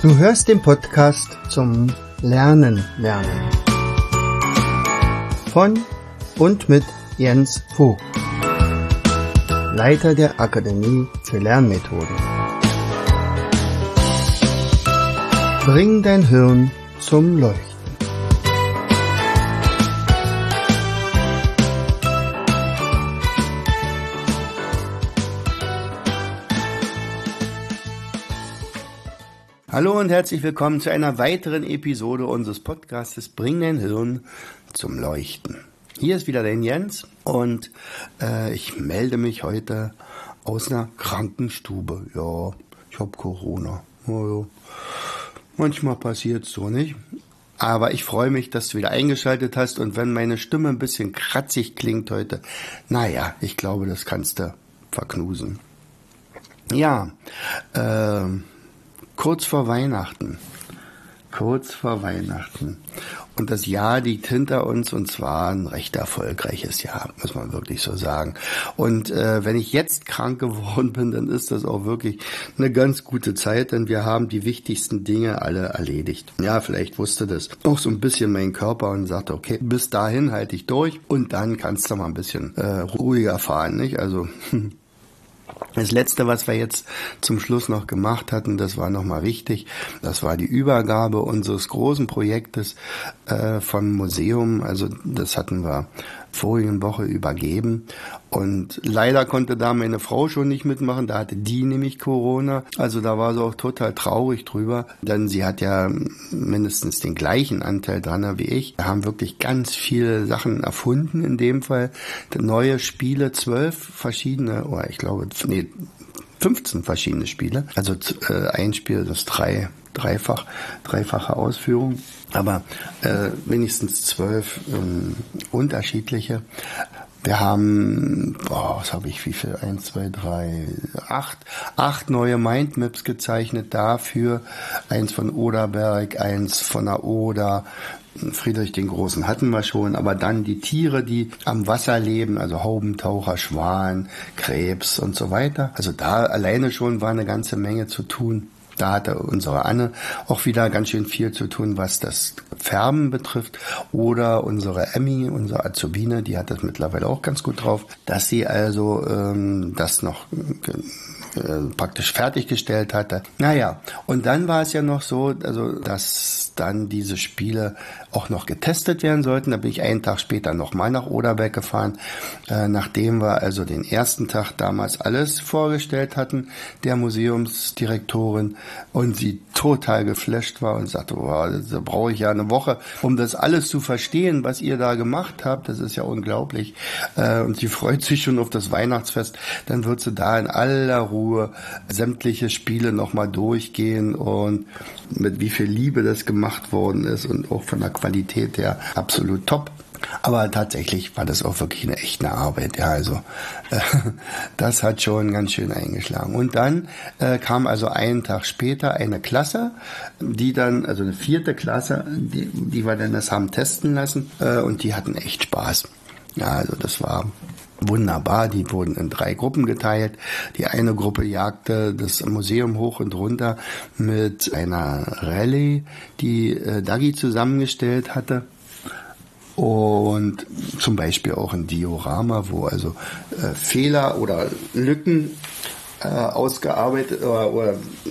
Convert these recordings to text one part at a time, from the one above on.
Du hörst den Podcast zum Lernen. Von und mit Jens Vogt, Leiter der Akademie für Lernmethoden. Bring dein Hirn zum Leuchten. Hallo und herzlich willkommen zu einer weiteren Episode unseres Podcastes Bring dein Hirn zum Leuchten. Hier ist wieder dein Jens und ich melde mich heute aus einer Krankenstube. Ja, ich habe Corona. Ja. Manchmal passiert es so, nicht? Aber ich freue mich, dass du wieder eingeschaltet hast und wenn meine Stimme ein bisschen kratzig klingt heute, naja, ich glaube, das kannst du verknusen. Ja, kurz vor Weihnachten. Und das Jahr liegt hinter uns und zwar ein recht erfolgreiches Jahr, muss man wirklich so sagen. Und wenn ich jetzt krank geworden bin, dann ist das auch wirklich eine ganz gute Zeit, denn wir haben die wichtigsten Dinge alle erledigt. Ja, vielleicht wusste das auch so ein bisschen mein Körper und sagte, okay, bis dahin halte ich durch und dann kannst du mal ein bisschen ruhiger fahren, nicht? Also das Letzte, was wir jetzt zum Schluss noch gemacht hatten, das war nochmal wichtig, das war die Übergabe unseres großen Projektes vom Museum. Also das hatten wir vorigen Woche übergeben und leider konnte da meine Frau schon nicht mitmachen, da hatte die nämlich Corona, also da war sie auch total traurig drüber, denn sie hat ja mindestens den gleichen Anteil dran wie ich. Wir haben wirklich ganz viele Sachen erfunden in dem Fall, neue Spiele, 12 verschiedene, oder ich glaube, 15 verschiedene Spiele, also ein Spiel, das dreifache Ausführung, aber wenigstens 12 unterschiedliche. Wir haben, was habe ich, wie viel? 1, 2, 3, 8 neue Mindmaps gezeichnet dafür. Eins von Oderberg, eins von der Oder. Friedrich den Großen hatten wir schon, aber dann die Tiere, die am Wasser leben, also Haubentaucher, Schwan, Krebs und so weiter. Also da alleine schon war eine ganze Menge zu tun. Da hatte unsere Anne auch wieder ganz schön viel zu tun, was das Färben betrifft. Oder unsere Emmy, unsere Azubine, die hat das mittlerweile auch ganz gut drauf, dass sie also das noch praktisch fertiggestellt hatte. Naja, und dann war es ja noch so, also dass dann diese Spiele auch noch getestet werden sollten. Da bin ich einen Tag später nochmal nach Oderberg gefahren, nachdem wir also den ersten Tag damals alles vorgestellt hatten, der Museumsdirektorin, und sie total geflasht war und sagte, wow, da brauche ich ja eine Woche, um das alles zu verstehen, was ihr da gemacht habt. Das ist ja unglaublich. Und sie freut sich schon auf das Weihnachtsfest. Dann wird sie da in aller Ruhe sämtliche Spiele nochmal durchgehen und mit wie viel Liebe das gemacht worden ist und auch von der Qualität her absolut top. Aber tatsächlich war das auch wirklich eine echte Arbeit. Ja, also das hat schon ganz schön eingeschlagen. Und dann kam also einen Tag später eine Klasse, die dann, also eine 4. Klasse, die wir dann das haben testen lassen und die hatten echt Spaß. Ja, also das war wunderbar, die wurden in 3 Gruppen geteilt. Die eine Gruppe jagte das Museum hoch und runter mit einer Rallye, die Dagi zusammengestellt hatte. Und zum Beispiel auch ein Diorama, wo also Fehler oder Lücken ausgearbeitet oder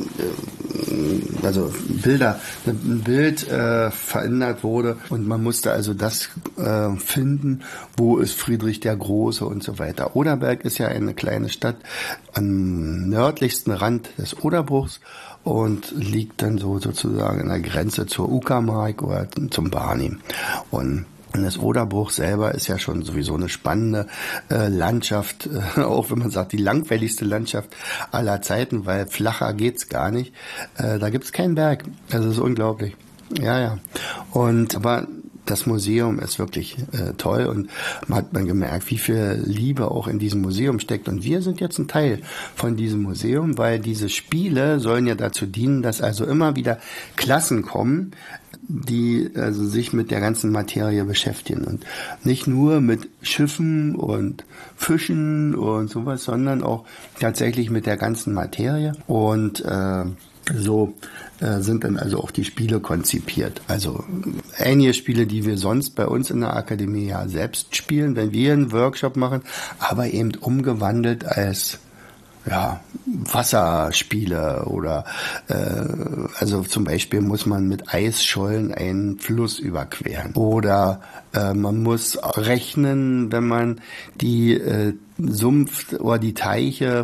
also ein Bild verändert wurde und man musste also das finden, wo ist Friedrich der Große und so weiter. Oderberg ist ja eine kleine Stadt am nördlichsten Rand des Oderbruchs und liegt dann so sozusagen an der Grenze zur Uckermark oder zum Barnim. Und das Oderbruch selber ist ja schon sowieso eine spannende Landschaft, auch wenn man sagt, die langweiligste Landschaft aller Zeiten, weil flacher geht's gar nicht. Da gibt's keinen Berg. Das ist unglaublich. Ja. Aber das Museum ist wirklich toll und man hat gemerkt, wie viel Liebe auch in diesem Museum steckt. Und wir sind jetzt ein Teil von diesem Museum, weil diese Spiele sollen ja dazu dienen, dass also immer wieder Klassen kommen, die also sich mit der ganzen Materie beschäftigen und nicht nur mit Schiffen und Fischen und sowas, sondern auch tatsächlich mit der ganzen Materie. Und So sind dann also auch die Spiele konzipiert. Also einige Spiele, die wir sonst bei uns in der Akademie ja selbst spielen, wenn wir einen Workshop machen, aber eben umgewandelt als Wasserspiele oder also zum Beispiel muss man mit Eisschollen einen Fluss überqueren oder man muss rechnen, wenn man die Sumpf oder die Teiche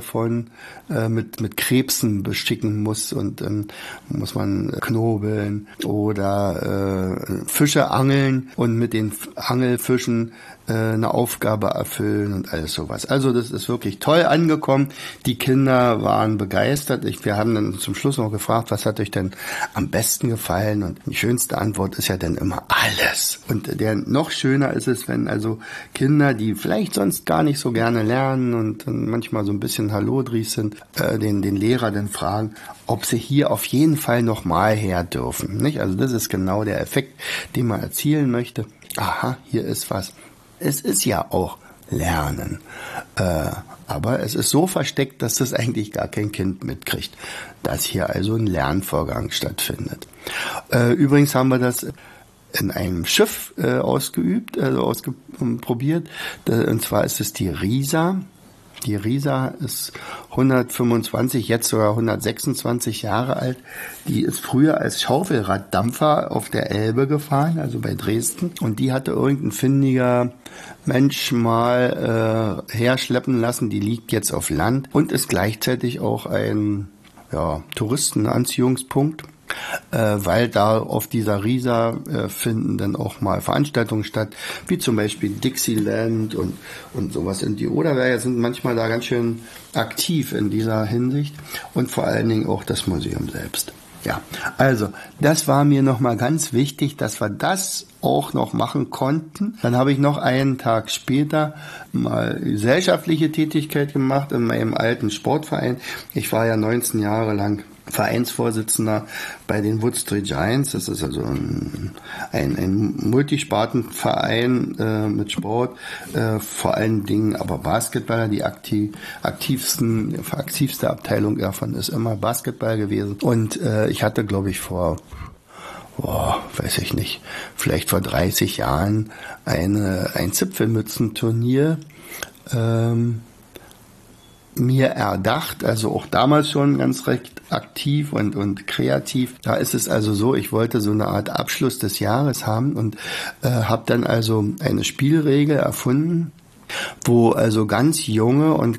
mit Krebsen besticken muss und muss man knobeln oder Fische angeln und mit den Angelfischen eine Aufgabe erfüllen und alles sowas. Also das ist wirklich toll angekommen. Die Kinder waren begeistert. Wir haben dann zum Schluss noch gefragt, was hat euch denn am besten gefallen? Und die schönste Antwort ist ja dann immer alles. Und der noch schöner ist es, wenn also Kinder, die vielleicht sonst gar nicht so gerne lernen und dann manchmal so ein bisschen hallodrig sind, den Lehrer dann fragen, ob sie hier auf jeden Fall nochmal her dürfen. Nicht? Also das ist genau der Effekt, den man erzielen möchte. Aha, hier ist was. Es ist ja auch Lernen, aber es ist so versteckt, dass das eigentlich gar kein Kind mitkriegt, dass hier also ein Lernvorgang stattfindet. Übrigens haben wir das in einem Schiff ausprobiert, und zwar ist es die Risa. Die Risa ist 125, jetzt sogar 126 Jahre alt. Die ist früher als Schaufelraddampfer auf der Elbe gefahren, also bei Dresden. Und die hatte irgendein findiger Mensch mal herschleppen lassen. Die liegt jetzt auf Land und ist gleichzeitig auch ein Touristenanziehungspunkt. Weil da auf dieser Risa finden dann auch mal Veranstaltungen statt, wie zum Beispiel Dixieland und sowas. Und die Oderberger sind manchmal da ganz schön aktiv in dieser Hinsicht und vor allen Dingen auch das Museum selbst. Ja, also das war mir nochmal ganz wichtig, dass wir das auch noch machen konnten. Dann habe ich noch einen Tag später mal gesellschaftliche Tätigkeit gemacht in meinem alten Sportverein. Ich war ja 19 Jahre lang Vereinsvorsitzender bei den Wood Street Giants. Das ist also ein Multispartenverein mit Sport, vor allen Dingen aber Basketballer. Die aktivste Abteilung davon ist immer Basketball gewesen. Und ich hatte, glaube ich, vielleicht vor 30 Jahren ein Zipfelmützenturnier mir erdacht, also auch damals schon ganz recht aktiv und kreativ. Da ist es also so, ich wollte so eine Art Abschluss des Jahres haben und habe dann also eine Spielregel erfunden, wo also ganz junge und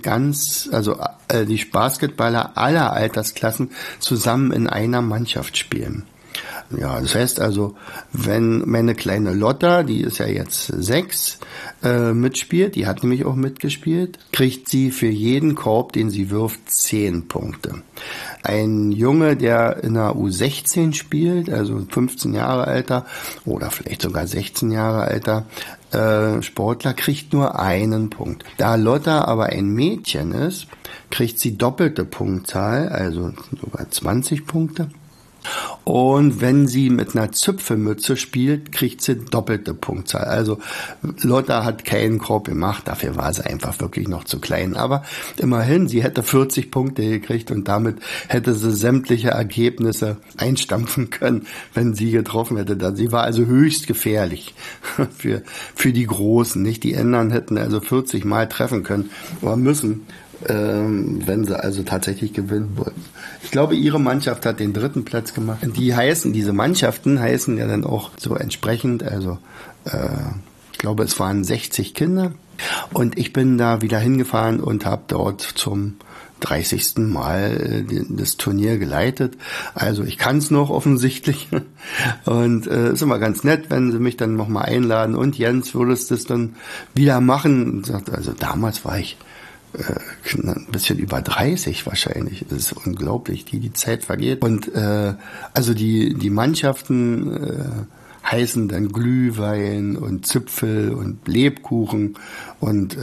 die Basketballer aller Altersklassen zusammen in einer Mannschaft spielen. Ja, das heißt also, wenn meine kleine Lotta, die ist ja jetzt 6, mitspielt, die hat nämlich auch mitgespielt, kriegt sie für jeden Korb, den sie wirft, 10 Punkte. Ein Junge, der in der U16 spielt, also 15 Jahre alter oder vielleicht sogar 16 Jahre alter Sportler, kriegt nur 1 Punkt. Da Lotta aber ein Mädchen ist, kriegt sie doppelte Punktzahl, also sogar 20 Punkte. Und wenn sie mit einer Zipfelmütze spielt, kriegt sie doppelte Punktzahl. Also Lotta hat keinen Korb gemacht, dafür war sie einfach wirklich noch zu klein. Aber immerhin, sie hätte 40 Punkte gekriegt und damit hätte sie sämtliche Ergebnisse einstampfen können, wenn sie getroffen hätte. Sie war also höchst gefährlich für die Großen. Nicht? Die anderen hätten also 40 Mal treffen können oder müssen, wenn sie also tatsächlich gewinnen wollten. Ich glaube, ihre Mannschaft hat den 3. Platz gemacht. Diese Mannschaften heißen ja dann auch so entsprechend, also ich glaube, es waren 60 Kinder und ich bin da wieder hingefahren und habe dort zum 30. Mal das Turnier geleitet. Also ich kann es noch offensichtlich und ist immer ganz nett, wenn sie mich dann nochmal einladen und Jens, würdest du das dann wieder machen? Also damals war ich ein bisschen über 30 wahrscheinlich. Das ist unglaublich, die Zeit vergeht. Und also die Mannschaften heißen dann Glühwein und Zipfel und Lebkuchen und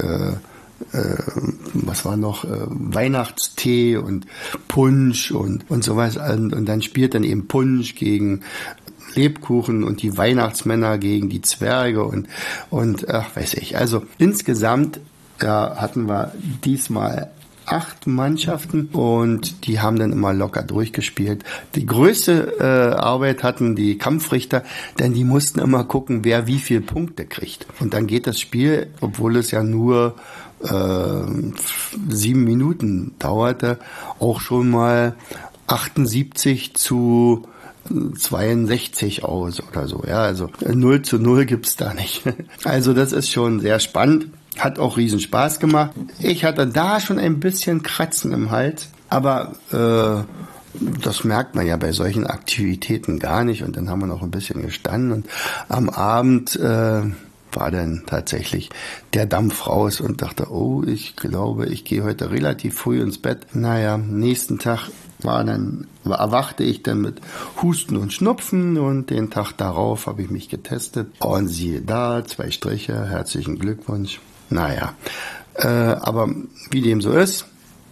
was war noch, Weihnachtstee und Punsch und sowas. Und dann spielt dann eben Punsch gegen Lebkuchen und die Weihnachtsmänner gegen die Zwerge und weiß ich. Also insgesamt hatten wir diesmal 8 Mannschaften und die haben dann immer locker durchgespielt. Die größte Arbeit hatten die Kampfrichter, denn die mussten immer gucken, wer wie viele Punkte kriegt. Und dann geht das Spiel, obwohl es ja nur 7 Minuten dauerte, auch schon mal 78 zu 62 aus oder so. Ja, also 0:0 gibt's da nicht. Also das ist schon sehr spannend. Hat auch riesen Spaß gemacht. Ich hatte da schon ein bisschen Kratzen im Hals, aber das merkt man ja bei solchen Aktivitäten gar nicht. Und dann haben wir noch ein bisschen gestanden und am Abend war dann tatsächlich der Dampf raus und dachte, oh, ich glaube, ich gehe heute relativ früh ins Bett. Naja, nächsten Tag erwachte ich dann mit Husten und Schnupfen und den Tag darauf habe ich mich getestet. Und siehe da, 2 Striche, herzlichen Glückwunsch. Naja, aber wie dem so ist,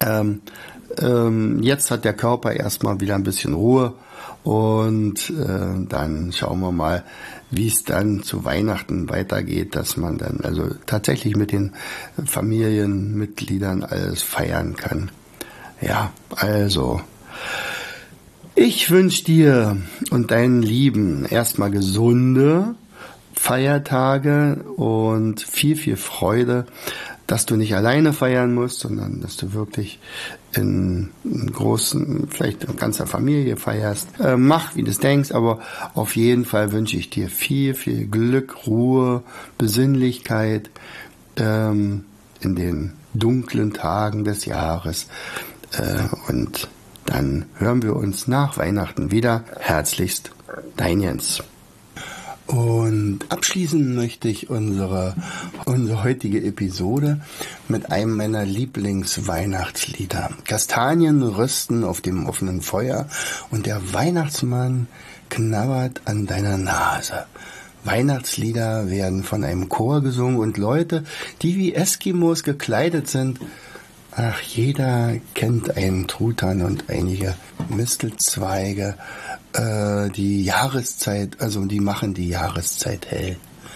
jetzt hat der Körper erstmal wieder ein bisschen Ruhe und dann schauen wir mal, wie es dann zu Weihnachten weitergeht, dass man dann also tatsächlich mit den Familienmitgliedern alles feiern kann. Ja, also ich wünsche dir und deinen Lieben erstmal gesunde Feiertage und viel, viel Freude, dass du nicht alleine feiern musst, sondern dass du wirklich in großen, vielleicht in ganzer Familie feierst. Mach, wie du es denkst, aber auf jeden Fall wünsche ich dir viel, viel Glück, Ruhe, Besinnlichkeit in den dunklen Tagen des Jahres. Und dann hören wir uns nach Weihnachten wieder. Herzlichst, dein Jens. Und abschließen möchte ich unsere heutige Episode mit einem meiner Lieblingsweihnachtslieder. Kastanien rösten auf dem offenen Feuer und der Weihnachtsmann knabbert an deiner Nase. Weihnachtslieder werden von einem Chor gesungen und Leute, die wie Eskimos gekleidet sind. Ach, jeder kennt einen Truthahn und einige Mistelzweige. Die Jahreszeit, also die machen die Jahreszeit hell.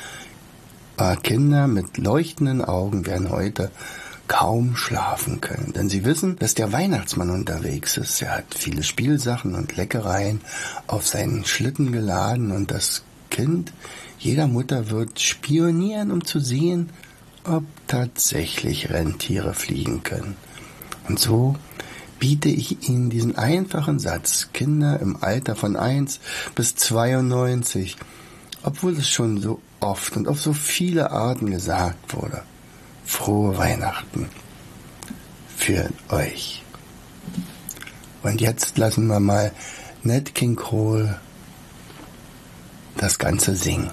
Kinder mit leuchtenden Augen werden heute kaum schlafen können, denn sie wissen, dass der Weihnachtsmann unterwegs ist. Er hat viele Spielsachen und Leckereien auf seinen Schlitten geladen und das Kind jeder Mutter wird spionieren, um zu sehen, ob tatsächlich Rentiere fliegen können. Und so biete ich Ihnen diesen einfachen Satz, Kinder im Alter von 1 bis 92, obwohl es schon so oft und auf so viele Arten gesagt wurde. Frohe Weihnachten für euch. Und jetzt lassen wir mal Nat King Cole das Ganze singen.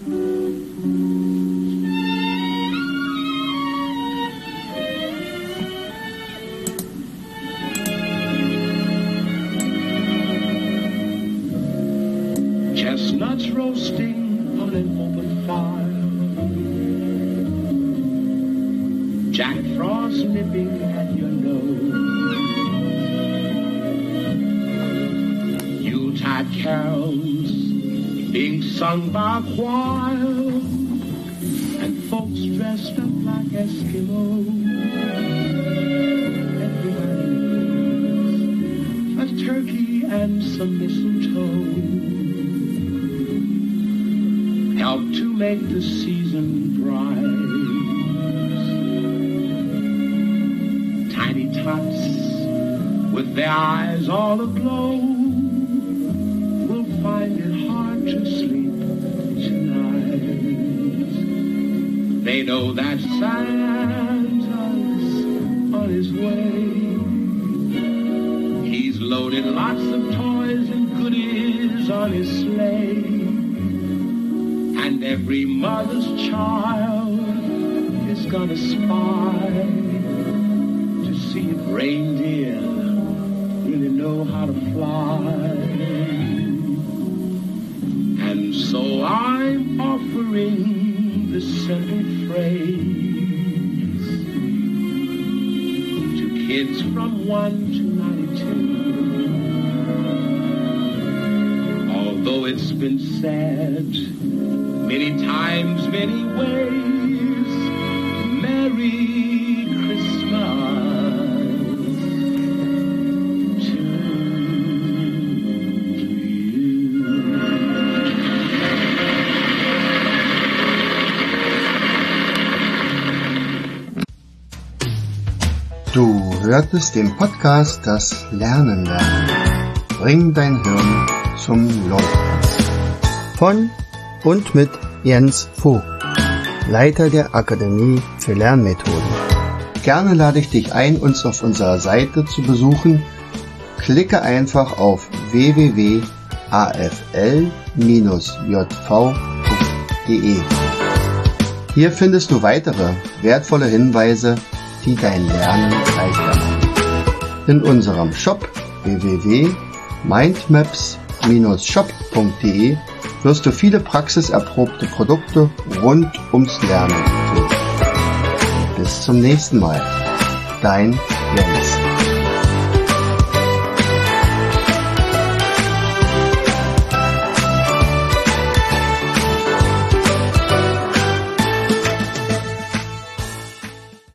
Chestnuts roasting on an open fire, Jack Frost nipping at your nose, Yuletide carols being sung by a choir, and folks dressed up like Eskimos. Everybody needs a turkey and some mistletoe, help to make the season bright. Tiny tots with their eyes all aglow will find it hard to sleep tonight. They know that Santa's on his way. He's loaded lots of toys and goodies on his sleigh. And every mother's child is gonna spy to see if reindeer really know how to fly. And so I'm offering this simple phrase to kids from 1 to 92. Although it's been said many times, many ways, Merry Christmas Du hörtest den Podcast Das Lernen lernen. Bring dein Hirn zum Leuchten. Von und mit Jens Vogt, Leiter der Akademie für Lernmethoden. Gerne lade ich dich ein, uns auf unserer Seite zu besuchen. Klicke einfach auf www.afl-jv.de. Hier findest du weitere wertvolle Hinweise, die dein Lernen leichter machen. In unserem Shop www.mindmaps-shop.de wirst du viele praxiserprobte Produkte rund ums Lernen finden. Bis zum nächsten Mal. Dein Jens.